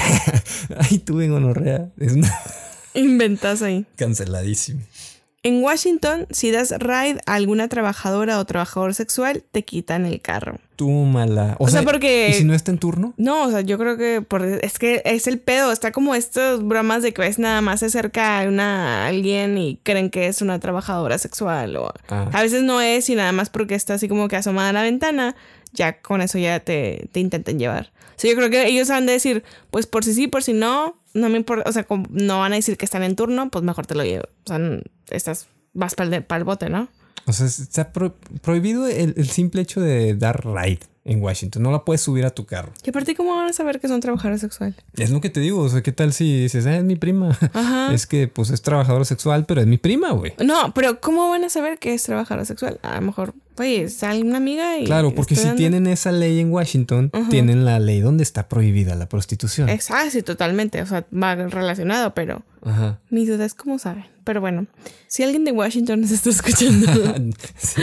Ay, tuve gonorrea. Es una... Inventas ahí. canceladísimo. En Washington, si das ride a alguna trabajadora o trabajador sexual, te quitan el carro. Tómala. O sea, porque- ¿Y si no está en turno? No, o sea, yo creo que por, es que es el pedo. Está como estas bromas de que ves nada más se acerca a una, a alguien y creen que es una trabajadora sexual. O Ah. a veces no es y nada más porque está así como que asomada a la ventana, ya con eso ya te, te intentan llevar. O sea, yo creo que ellos han de decir, pues por si sí, por si no, no me importa. O sea, como no van a decir que están en turno, pues mejor te lo llevo. O sea, n- estás, vas para el, para el bote, ¿no? O sea, está pro- prohibido el, el simple hecho de dar ride en Washington. No la puedes subir a tu carro. Y aparte, ¿cómo van a saber que son trabajadores sexuales? Es lo que te digo. O sea, ¿qué tal si dices, ah, es mi prima? Ajá. Es que, pues, es trabajadora sexual, pero es mi prima, güey. No, pero ¿cómo van a saber que es trabajador sexual? A lo mejor, oye, sale una amiga y... Claro, porque estoy si dando- tienen esa ley en Washington, Ujú. tienen la ley donde está prohibida la prostitución. Exacto, sí, totalmente. O sea, va relacionado, pero Ajá. mi duda es cómo saben. Pero bueno, si alguien de Washington nos está escuchando... sí.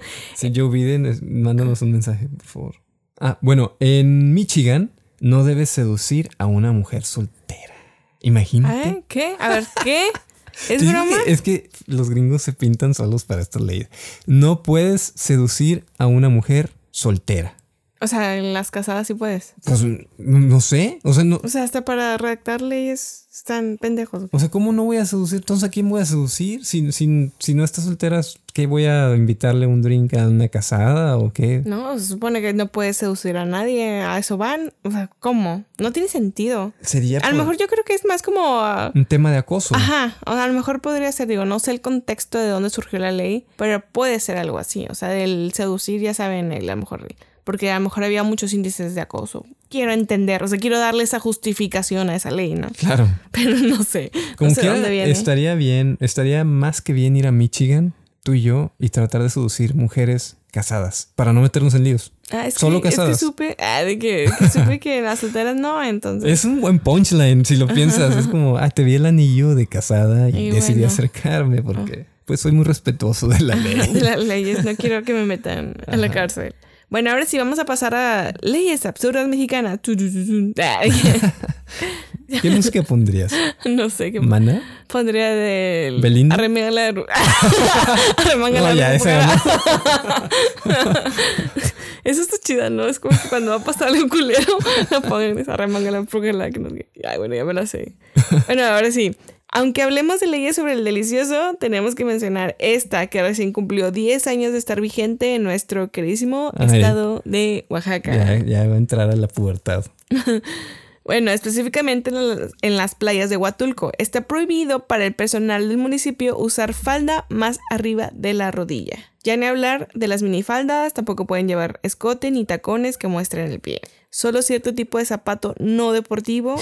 Si Joe Biden, es- mándanos un mensaje, por favor. Ah, bueno, en Michigan no debes seducir a una mujer soltera. Imagínate. ¿Eh? ¿Qué? A ver, ¿qué? ¿Es Te digo broma? que- es que los gringos se pintan solos para estas leyes. No puedes seducir a una mujer soltera. O sea, en las casadas sí puedes. Pues no, no sé. O sea, no, O sea, hasta para redactar leyes están pendejos. o sea, ¿cómo no voy a seducir? Entonces, ¿a quién voy a seducir? Si, si, si no está soltera, ¿qué voy a invitarle un drink a una casada o qué? No, se supone que no puedes seducir a nadie. A eso van. O sea, ¿cómo? No tiene sentido. Sería A lo por mejor yo creo que es más como... ah, un tema de acoso. Ajá, o sea, a lo mejor podría ser, digo, no sé el contexto de dónde surgió la ley, pero puede ser algo así, o sea, del seducir, ya saben, el- a lo mejor, porque a lo mejor había muchos índices de acoso. Quiero entender, o sea, quiero darle esa justificación a esa ley, ¿no? Claro. Pero no sé, Como no sé quiera, dónde viene. estaría bien, estaría más que bien ir a Michigan, tú y yo, y tratar de seducir mujeres casadas para no meternos en líos. Ah, es solo que, es que casadas. supe, ah, de que, que supe que las solteras no, entonces. Es un buen punchline si lo piensas. Es como, ah, te vi el anillo de casada y, Y decidí bueno. acercarme porque pues soy muy respetuoso de la ley. De las leyes, no quiero que me metan a la cárcel. Bueno, ahora sí vamos a pasar a leyes absurdas mexicanas. Tu, tu, tu, tu. Ah, ¿Qué música pondrías? no sé qué ¿Mana? pondría del... ¿Belinda? Arremanga la... Arremanga No, la ya, esa ruca. Eso está chida, ¿no? Es como que cuando va a pasar algo culero, la pongan y se arremangan la la que nos... Ay, bueno, ya me la sé. Bueno, ahora sí. Aunque hablemos de leyes sobre el delicioso, tenemos que mencionar esta que recién cumplió diez años de estar vigente en nuestro queridísimo Ay, estado de Oaxaca. Ya, ya va a entrar a la pubertad. Bueno, específicamente en las playas de Huatulco. Está prohibido para el personal del municipio usar falda más arriba de la rodilla. Ya ni hablar de las minifaldas, tampoco pueden llevar escote ni tacones que muestren el pie. Solo cierto tipo de zapato no deportivo.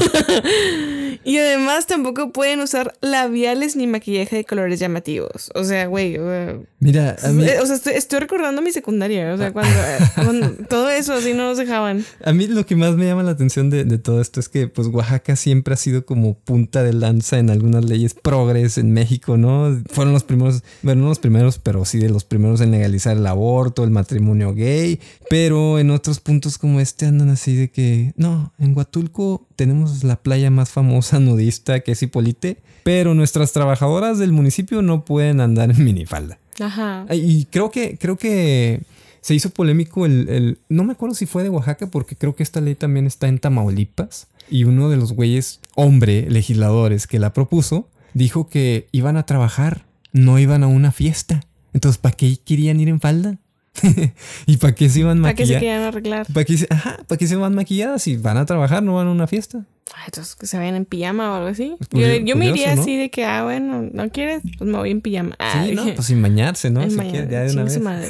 Y además tampoco pueden usar labiales ni maquillaje de colores llamativos. O sea, güey. Uh, Mira, a mí... O sea, estoy, estoy recordando mi secundaria. O sea, cuando, cuando todo eso así no nos dejaban. A mí lo que más me llama la atención de, de todo esto es que pues Oaxaca siempre ha sido como punta de lanza en algunas leyes progres en México, ¿no? Fueron los primeros, bueno, no los primeros, pero sí de los primeros en legalizar el aborto, el matrimonio gay. Pero en otros puntos como este andan así de que, no, en Huatulco tenemos la playa más famosa nudista que es Hipolite, pero nuestras trabajadoras del municipio no pueden andar en minifalda. Ajá. Y creo que, creo que se hizo polémico el, el... No me acuerdo si fue de Oaxaca, porque creo que esta ley también está en Tamaulipas. Y uno de los güeyes, hombre, legisladores que la propuso, dijo que iban a trabajar, no iban a una fiesta. Entonces, ¿para qué querían ir en falda? ¿Y para qué se iban maquilladas? ¿Para qué se querían arreglar? ¿Para qué se, ajá, ¿para qué se van maquilladas? Si van a trabajar, no van a una fiesta. Ay, entonces que se vayan en pijama o algo así. Pues yo, yo me iría, ¿no? Así de que, ah, bueno, ¿no quieres? Pues me voy en pijama. Ah, sí, no, pues sin bañarse, ¿no? Si mañana, quieres, ya de una vez. Madre.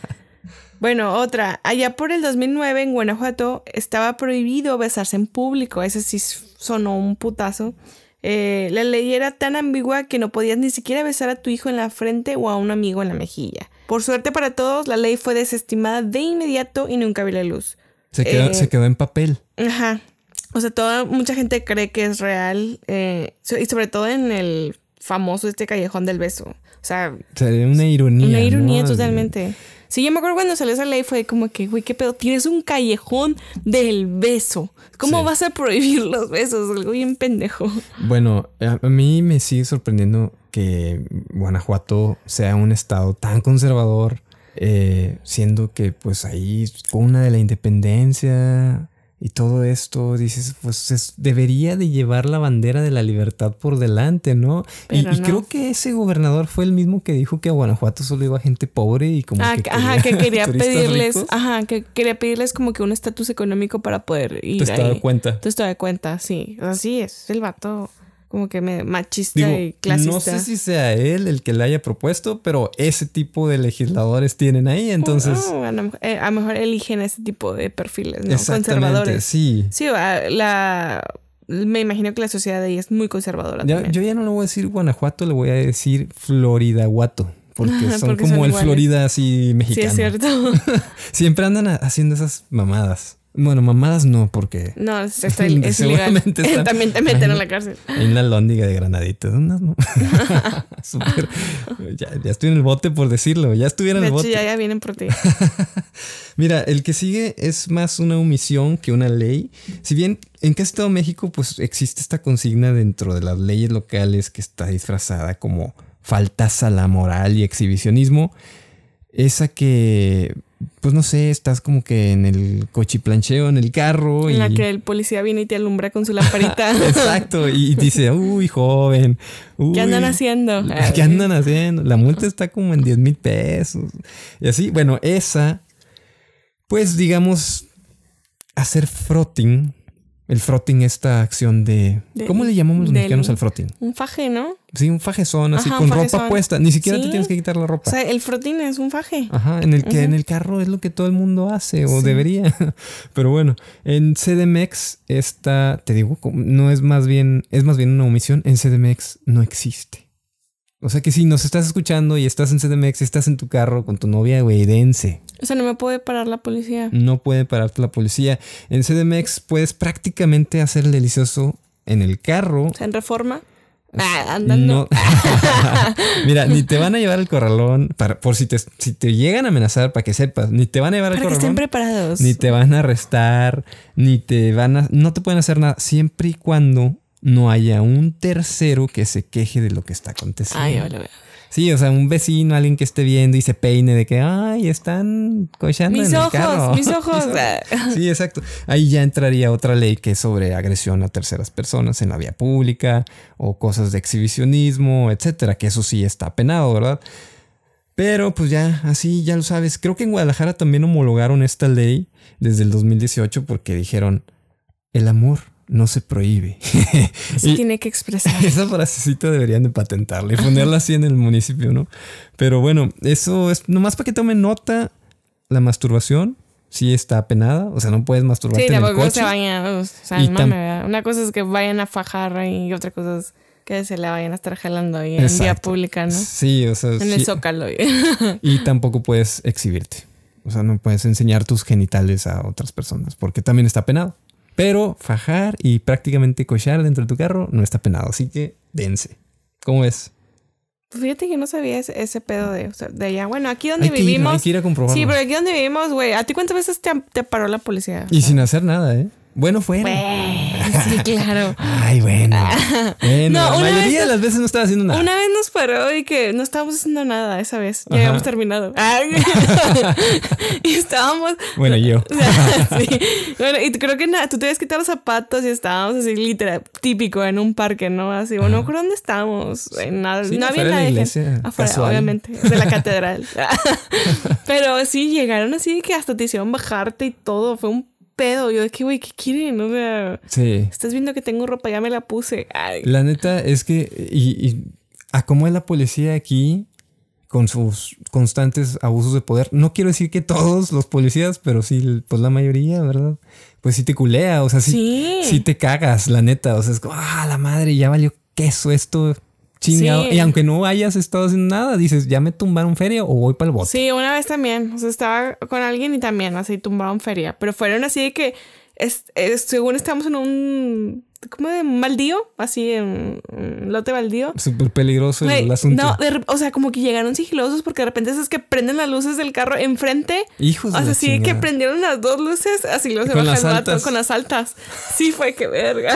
Bueno, otra. Allá por el dos mil nueve en Guanajuato estaba prohibido besarse en público. Ese sí sonó un putazo. Eh, la ley era tan ambigua que no podías ni siquiera besar a tu hijo en la frente o a un amigo en la mejilla. Por suerte para todos, la ley fue desestimada de inmediato y nunca vio la luz. Se quedó, eh, se quedó en papel. Ajá. O sea, toda, mucha gente cree que es real. Eh, y sobre todo en el famoso este callejón del beso. O sea... Sería una ironía, Una ironía, ¿no? Totalmente. Sí, yo me acuerdo cuando salió esa ley fue como que, güey, ¿qué pedo? Tienes un callejón del beso. ¿Cómo sí. vas a prohibir los besos? Algo bien pendejo. Bueno, a, a mí me sigue sorprendiendo que Guanajuato sea un estado tan conservador, eh, siendo que pues ahí cuna de la independencia y todo esto, dices, pues es, debería de llevar la bandera de la libertad por delante, ¿no? Y, no. y creo que ese gobernador fue el mismo que dijo que a Guanajuato solo iba gente pobre y como ah, que ajá, quería, que quería pedirles, ricos. ajá, que quería pedirles como que un estatus económico para poder ir. ¿Te has dado cuenta? Te has dado cuenta, sí. Así es, el vato como que me, machista Digo, y clasista. No sé si sea él el que le haya propuesto, pero ese tipo de legisladores tienen ahí, entonces... Oh, a, lo, eh, a lo mejor eligen ese tipo de perfiles, ¿no? Exactamente, conservadores. Sí. Sí, la... Me imagino que la sociedad de ahí es muy conservadora ya, también. Yo ya no le voy a decir Guanajuato, le voy a decir Floridaguato. Porque son porque como son el iguales. Florida así mexicano. Sí, es cierto. Siempre andan haciendo esas mamadas. Bueno, mamadas no, porque... No, es, es, es ilegal. Están, también te meten hay, a la cárcel. Hay una lóndiga de granaditos. Unas, ¿no? Super, ya, ya estoy en el bote por decirlo. Ya estuviera en el de hecho, bote. Ya, ya vienen por ti. Mira, el que sigue es más una omisión que una ley. Si bien en casi todo México pues existe esta consigna dentro de las leyes locales que está disfrazada como faltas a la moral y exhibicionismo. Esa que... Pues no sé, estás como que en el cochiplancheo, en el carro. En y... la que el policía viene y te alumbra con su lamparita. Exacto, y dice, uy, joven. Uy, ¿qué andan haciendo? ¿Qué andan haciendo? La multa está como en diez mil pesos. Y así, bueno, esa, pues digamos, hacer frotting. El frotting, esta acción de... de ¿Cómo le llamamos los mexicanos al frotting? Un faje, ¿no? Sí, un fajezón, así, Ajá, con fajezón. ropa puesta. Ni siquiera ¿Sí? te tienes que quitar la ropa. O sea, el frotting es un faje. Ajá, en el que uh-huh. en el carro es lo que todo el mundo hace o sí. debería. Pero bueno, en C D M X esta, te digo, no es más bien, es más bien una omisión. En C D M X no existe. O sea que si nos estás escuchando y estás en C D M X, estás en tu carro con tu novia, güey, dense. O sea, no me puede parar la policía. No puede pararte la policía. En C D M X puedes prácticamente hacer el delicioso en el carro. O sea, en Reforma. Ah, andando. No. Mira, ni te van a llevar al corralón para, por si te, si te llegan a amenazar, para que sepas. Ni te van a llevar para al corralón. Para que estén preparados. Ni te van a arrestar. Ni te van a... No te pueden hacer nada. Siempre y cuando no haya un tercero que se queje de lo que está aconteciendo. Ay, vale, vale. Sí, o sea, un vecino, alguien que esté viendo y se peine de que, ay, están cochando mis en ojos, el carro. mis ojos. Sí, exacto. Ahí ya entraría otra ley que es sobre agresión a terceras personas en la vía pública o cosas de exhibicionismo, etcétera, que eso sí está penado, ¿verdad? Pero pues ya, así ya lo sabes. Creo que en Guadalajara también homologaron esta ley desde el dos mil dieciocho porque dijeron, el amor no se prohíbe. Se tiene que expresar. Esa frasecita deberían de patentarla y ponerla así en el municipio, ¿no? Pero bueno, eso es nomás para que tomen nota. La masturbación sí está penada. O sea, no puedes masturbarte sí, en el tampoco coche. se vayan, o sea, Y no tam- me vea. Una cosa es que vayan a fajar y otra cosa es que se la vayan a estar jalando ahí en Exacto. vía pública, ¿no? Sí, o sea, En sí. el Zócalo. Y tampoco puedes exhibirte. O sea, no puedes enseñar tus genitales a otras personas porque también está penado. Pero fajar y prácticamente cochar dentro de tu carro no está penado. Así que dense. ¿Cómo ves? Fíjate que no sabía ese, ese pedo de, o sea, de allá. Bueno, aquí donde Hay que ir, vivimos. hay que ir a comprobarlo. Sí, pero aquí donde vivimos, güey. ¿A ti cuántas veces te, te paró la policía? Y sin hacer nada, ¿eh? Bueno, fuera. Güey, sí, claro. Ay, bueno. Bueno, No, la una mayoría vez- de las veces no estaba haciendo nada. Una vez nos paró y que no estábamos haciendo nada esa vez. Ya Ajá. habíamos terminado. Ay. Y estábamos. Bueno, yo. Sí. Bueno, y creo que nada, tú te habías quitado los zapatos y estábamos así, literal, típico, en un parque, ¿no? Así, bueno, no recuerdo dónde estábamos. En nada, Sí, no había afuera de la nadie. iglesia, Afuera, casual. obviamente, de la catedral. Pero sí, llegaron así de que hasta te hicieron bajarte y todo. Fue un pedo. Yo de que, güey, ¿qué quieren? O sea, Sí. estás viendo que tengo ropa, ya me la puse. Ay. La neta es que, y, y a cómo es la policía aquí con sus constantes abusos de poder. No quiero decir que todos los policías, pero sí, pues la mayoría, ¿verdad? Pues sí te culea, o sea, sí, Sí. sí te cagas, la neta. O sea, es como, ah, la madre, ya valió queso esto, chingado. Sí. Y aunque no hayas estado haciendo nada, dices, ya me tumbaron feria o voy para el bote. Sí, una vez también. O sea, estaba con alguien y también así tumbaron feria. Pero fueron así de que, es, es- según estábamos en un, ¿cómo de un baldío? Así, en un lote baldío. Súper peligroso el, Güey, el asunto. no, de rep- o sea, como que llegaron sigilosos porque de repente es que prenden las luces del carro enfrente. Hijos de O sea, la sí, que chingada. prendieron las dos luces, así luego se Con baja las el vato altas. con las altas. Sí, fue que verga.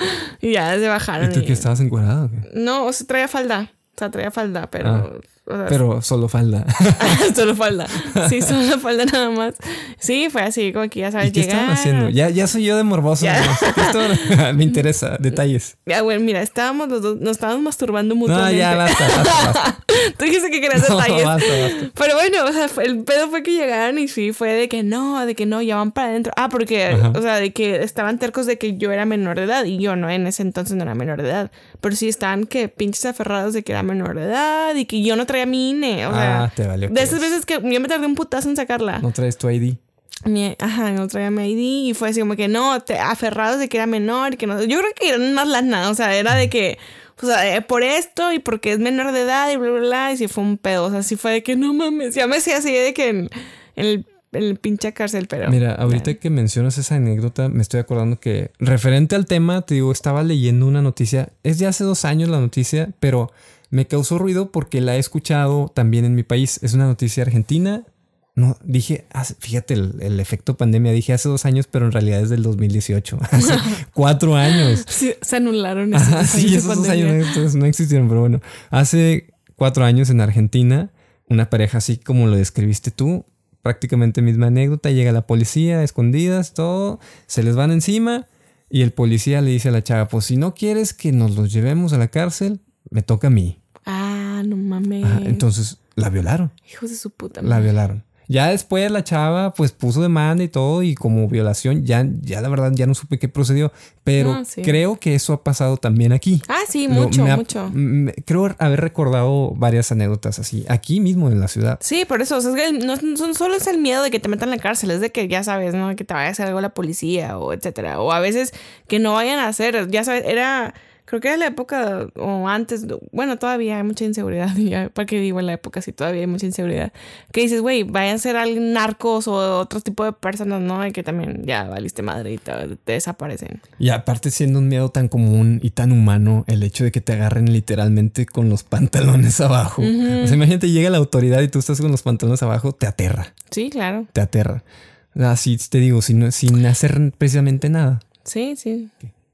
Y ya se bajaron. ¿Y tú y- que estabas encuadrado? ¿O qué? No, o sea, traía falda. O sea, traía falda, pero... Ah. o sea, Pero solo falda. solo falda. Sí, solo falda nada más. Sí, fue así, como que ya sabes, ¿Y qué estaban llegaron. haciendo? Ya, ya soy yo de morboso. Ya. nomás. ¿Qué estaban- Me interesa, detalles. Ya, bueno, mira, estábamos los dos, nos estábamos masturbando No, mutuamente. ya basta, basta, basta. Tú dijiste que querías No, detalles. basta, basta. Pero bueno, o sea, fue- el pedo fue que llegaron y sí, fue de que no, de que no, ya van para adentro. Ah, porque, Ajá. o sea, de que estaban tercos de que yo era menor de edad y yo no, en ese entonces no era menor de edad. Pero sí estaban que pinches aferrados de que era menor de edad y que yo no traía mi I N E. O sea, Ah, te valió de que esas es. veces que yo me tardé un putazo en sacarla. No traes tu I D. Mi- ajá, no traía mi I D y fue así como que no, te, aferrados de que era menor y que no. Yo creo que eran más lana, o sea, era de que, o sea, eh, por esto y porque es menor de edad y bla, bla, bla. Y sí fue un pedo, o sea, sí fue de que no mames. Ya me decía así de que en, en el, en el pinche cárcel, pero. Mira, ahorita que mencionas esa anécdota, me estoy acordando que referente al tema, te digo, estaba leyendo una noticia. Es de hace dos años la noticia, pero me causó ruido porque la he escuchado también en mi país. Es una noticia argentina. No, dije, hace- fíjate el, el efecto pandemia. Dije hace dos años, pero en realidad es del dos mil dieciocho. Hace cuatro años. Sí, se anularon esos Ajá, dos sí, años de esos dos pandemia. años entonces no existieron, pero bueno. Hace cuatro años en Argentina, una pareja así como lo describiste tú, prácticamente misma anécdota, llega la policía, escondidas, todo, se les van encima y el policía le dice a la chava, pues si no quieres que nos los llevemos a la cárcel, me toca a mí. Ah, no mames. Ajá, entonces la violaron, Hijos de su puta la madre. violaron. Ya después la chava pues puso demanda y todo y como violación ya, ya la verdad ya no supe qué procedió, pero No, sí. creo que eso ha pasado también aquí. Ah, sí, Lo- mucho, me ha- mucho. me- creo haber recordado varias anécdotas así, aquí mismo en la ciudad. Sí, por eso, o sea, es que no, no solo es el miedo de que te metan en la cárcel, es de que ya sabes, ¿no? Que te vaya a hacer algo la policía o etcétera. O a veces que no vayan a hacer, ya sabes, era, creo que era la época o antes, bueno, todavía hay mucha inseguridad, ya, ¿para qué digo en la época si todavía hay mucha inseguridad? Que dices, güey, vayan a ser alguien narcos o otro tipo de personas, ¿no? Y que también ya valiste madre y te, te desaparecen. Y aparte siendo un miedo tan común y tan humano, el hecho de que te agarren literalmente con los pantalones abajo. O sea, imagínate, llega la autoridad y tú estás con los pantalones abajo, te aterra, Sí, claro. te aterra. Así te digo, sin, sin hacer precisamente nada. Sí, sí.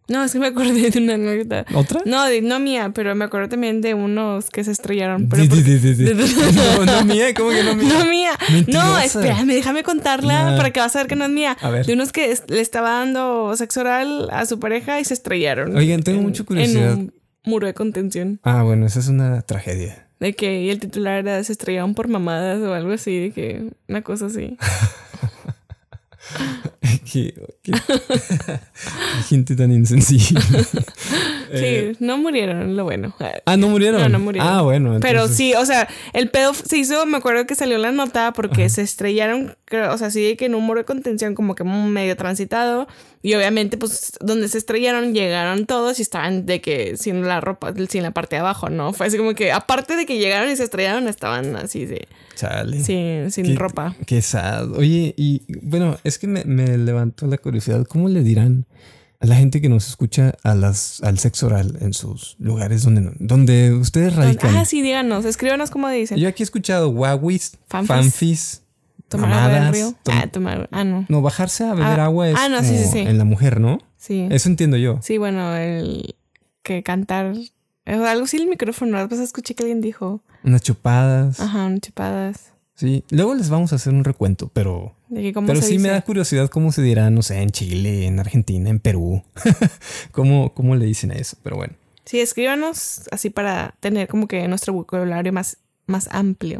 No, es que me acordé de una anécdota. ¿Otra? No, de, no mía, pero me acuerdo también de unos que se estrellaron. Pero Sí, porque... sí, sí, sí. No, no mía, ¿cómo que no mía? No mía. Mentirosa. No, espérame, déjame contarla Nah. para que vas a ver que no es mía. A ver. De unos que le estaba dando sexo oral a su pareja y se estrellaron. Oigan, tengo en, mucha curiosidad. En un muro de contención. Ah, bueno, esa es una tragedia. De que y el titular era se estrellaron por mamadas o algo así, de que una cosa así. qué, qué, qué gente tan insensible. Sí, Eh, no murieron, lo bueno. ah, ¿no murieron? No, no murieron. Ah, bueno. Pero entonces- sí, o sea, el pedo se hizo, me acuerdo que salió la nota porque Ajá. se estrellaron, creo, o sea, sí de que en un muro de contención como que medio transitado y obviamente pues donde se estrellaron llegaron todos y estaban de que sin la ropa, sin la parte de abajo, ¿no? Fue así como que aparte de que llegaron y se estrellaron estaban así de, Chale. sin, sin Qué- ropa. Qué sad. Oye, y bueno, es que me, me levantó la curiosidad. ¿Cómo le dirán a la gente que nos escucha a las, al sexo oral en sus lugares donde, donde ustedes radican? Ah, sí, díganos, escríbanos cómo dicen. Yo aquí he escuchado guaguis, Fanfis. fanfis, Tomar agua del mamadas, río. tom- Ah, tomar, ah, no. No, bajarse a beber Ah, agua es ah, no, sí, como sí, sí. en la mujer, ¿no? Sí. Eso entiendo yo. Sí, bueno, el que cantar. eh, Algo así el micrófono. Después escuché que alguien dijo. Unas chupadas. Ajá, unas chupadas. Sí. Luego les vamos a hacer un recuento, pero... De que cómo Pero se sí dice. me da curiosidad cómo se dirá, no sé, en Chile, en Argentina, en Perú. ¿Cómo, ¿Cómo le dicen a eso? Pero bueno. Sí, escríbanos así para tener como que nuestro vocabulario más, más amplio.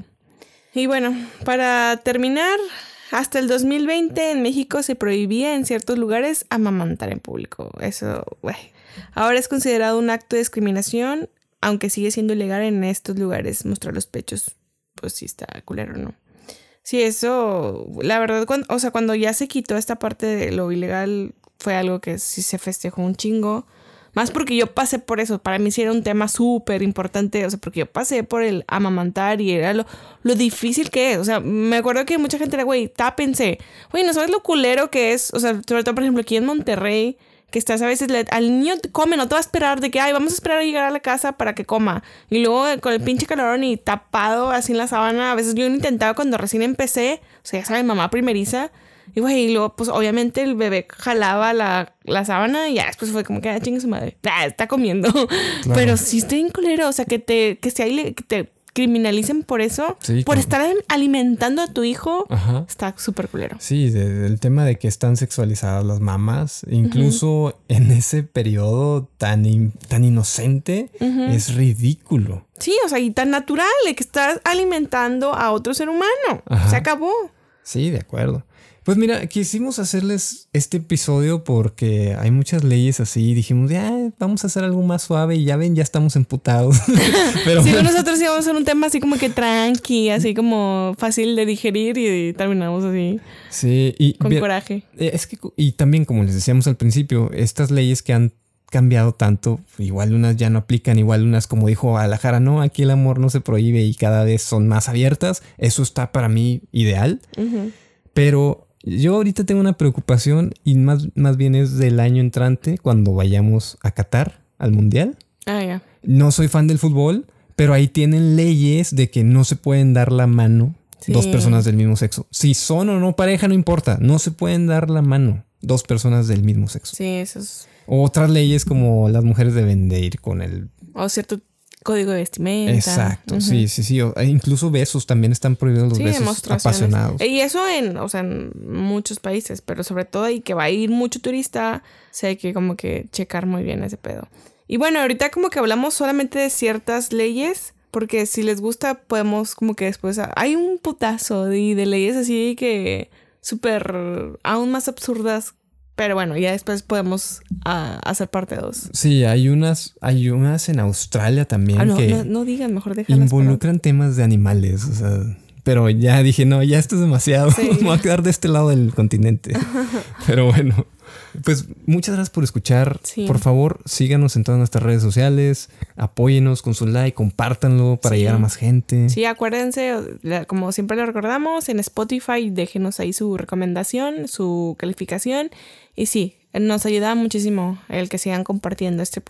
Y bueno, para terminar, hasta el dos mil veinte en México se prohibía en ciertos lugares amamantar en público. Eso, güey. Ahora es considerado un acto de discriminación, aunque sigue siendo ilegal en estos lugares mostrar los pechos. Pues sí está culero, ¿no? Sí, eso, la verdad, cuando, o sea, cuando ya se quitó esta parte de lo ilegal, fue algo que sí se festejó un chingo. Más porque yo pasé por eso. Para mí sí era un tema súper importante. O sea, porque yo pasé por el amamantar y era lo, lo difícil que es. O sea, me acuerdo que mucha gente era, güey, tápense. Güey, ¿no sabes lo culero que es? O sea, sobre todo, por ejemplo, aquí en Monterrey, que estás a veces, le, al niño te come, no te va a esperar de que, ay, vamos a esperar a llegar a la casa para que coma. Y luego eh, con el pinche calorón y tapado así en la sábana. A veces yo lo intentaba cuando recién empecé. O sea, ya sabes, mamá primeriza. Y güey, y luego, pues obviamente el bebé jalaba la, la sábana y ya después fue como que, ah, chingue su madre. Ah, está comiendo. Claro. Pero sí estoy en culero. O sea, que te, que, se, que te criminalicen por eso. Sí, por claro. estar alimentando a tu hijo. Ajá. Está súper culero. Sí, de, del tema de que están sexualizadas las mamás. Incluso uh-huh. en ese periodo tan, in, tan inocente, uh-huh. es ridículo. Sí, o sea, y tan natural de que estás alimentando a otro ser humano. Ajá. Se acabó. Sí, de acuerdo. Pues mira, quisimos hacerles este episodio porque hay muchas leyes así. Dijimos, ya, vamos a hacer algo más suave y ya ven, ya estamos emputados. Pero sí, bueno. Nosotros íbamos a hacer un tema así como que tranqui, así como fácil de digerir y terminamos así. Sí, y con bien, coraje. Es que, y también, como les decíamos al principio, estas leyes que han cambiado tanto, igual unas ya no aplican, igual unas, como dijo Guadalajara, no, aquí el amor no se prohíbe y cada vez son más abiertas. Eso está para mí ideal. Uh-huh. Pero yo ahorita tengo una preocupación y más, más bien es del año entrante cuando vayamos a Qatar, al Mundial. Ah, ya. Yeah. No soy fan del fútbol, pero ahí tienen leyes de que no se pueden dar la mano sí. dos personas del mismo sexo. Si son o no pareja, no importa. No se pueden dar la mano dos personas del mismo sexo. Sí, eso es... O otras leyes como las mujeres deben de ir con el... O cierto código de vestimenta. Exacto, uh-huh. sí, sí, sí. Incluso besos también están prohibidos los sí, besos apasionados. Y eso en, o sea, en muchos países, pero sobre todo ahí que va a ir mucho turista, sí hay que como que checar muy bien ese pedo. Y bueno, ahorita como que hablamos solamente de ciertas leyes, porque si les gusta podemos como que después... Hay un putazo de, de leyes así que súper aún más absurdas. Pero bueno, ya después podemos uh, hacer parte dos. Sí, hay unas, hay unas en Australia también ah, no, que no, no digan, mejor déjalas. Involucran para... temas de animales, o sea, pero ya dije, no, ya esto es demasiado. Sí. Me voy a quedar de este lado del continente. Pero bueno, pues muchas gracias por escuchar. Sí. Por favor, síganos en todas nuestras redes sociales, apóyenos con su like, compártanlo para sí. llegar a más gente. Sí, acuérdense, como siempre lo recordamos, en Spotify déjenos ahí su recomendación, su calificación. Y sí, nos ayuda muchísimo el que sigan compartiendo este proyecto.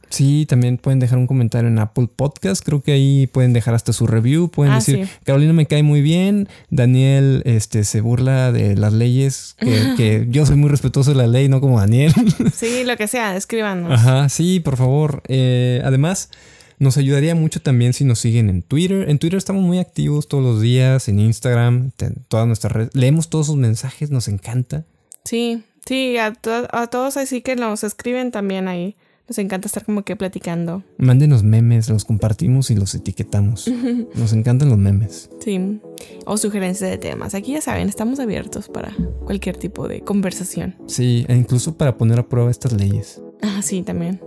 Sí, también pueden dejar un comentario en Apple Podcast. Creo que ahí pueden dejar hasta su review. Pueden ah, decir, sí. Carolina me cae muy bien. Daniel este, se burla de las leyes. Que, que yo soy muy respetuoso de la ley, no como Daniel. Sí, lo que sea, escríbanos. Ajá, sí, por favor. Eh, además, nos ayudaría mucho también si nos siguen en Twitter. En Twitter estamos muy activos todos los días. En Instagram, en todas nuestras redes. Leemos todos sus mensajes, nos encanta. Sí, sí, a, to- a todos así que nos escriben también ahí. Nos encanta estar como que platicando. Mándenos memes, los compartimos y los etiquetamos. Nos encantan los memes. Sí. O sugerencias de temas. Aquí ya saben, estamos abiertos para cualquier tipo de conversación. Sí, e incluso para poner a prueba estas leyes. Ah, sí, también.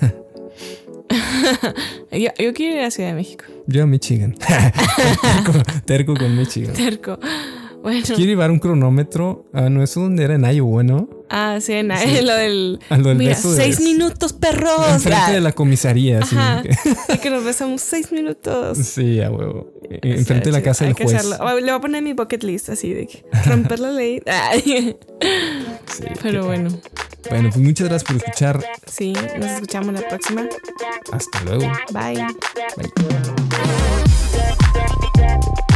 yo, yo quiero ir a Ciudad de México. Yo a Michigan. terco, terco con Michigan. Terco. Bueno. Quiero llevar un cronómetro. Ah, no, eso donde era en Iowa, ¿no? Ah, sí, en sí. Lo del... A lo del mira, beso seis de... minutos, perros. Enfrente de la comisaría. Ajá. Así que... que nos besamos seis minutos. Sí, a huevo. Enfrente de la casa del juez. Le voy a poner en mi bucket list así de que romper la ley. Sí, pero bueno. Bueno, pues muchas gracias por escuchar. Sí, nos escuchamos la próxima. Hasta luego. Bye. Bye.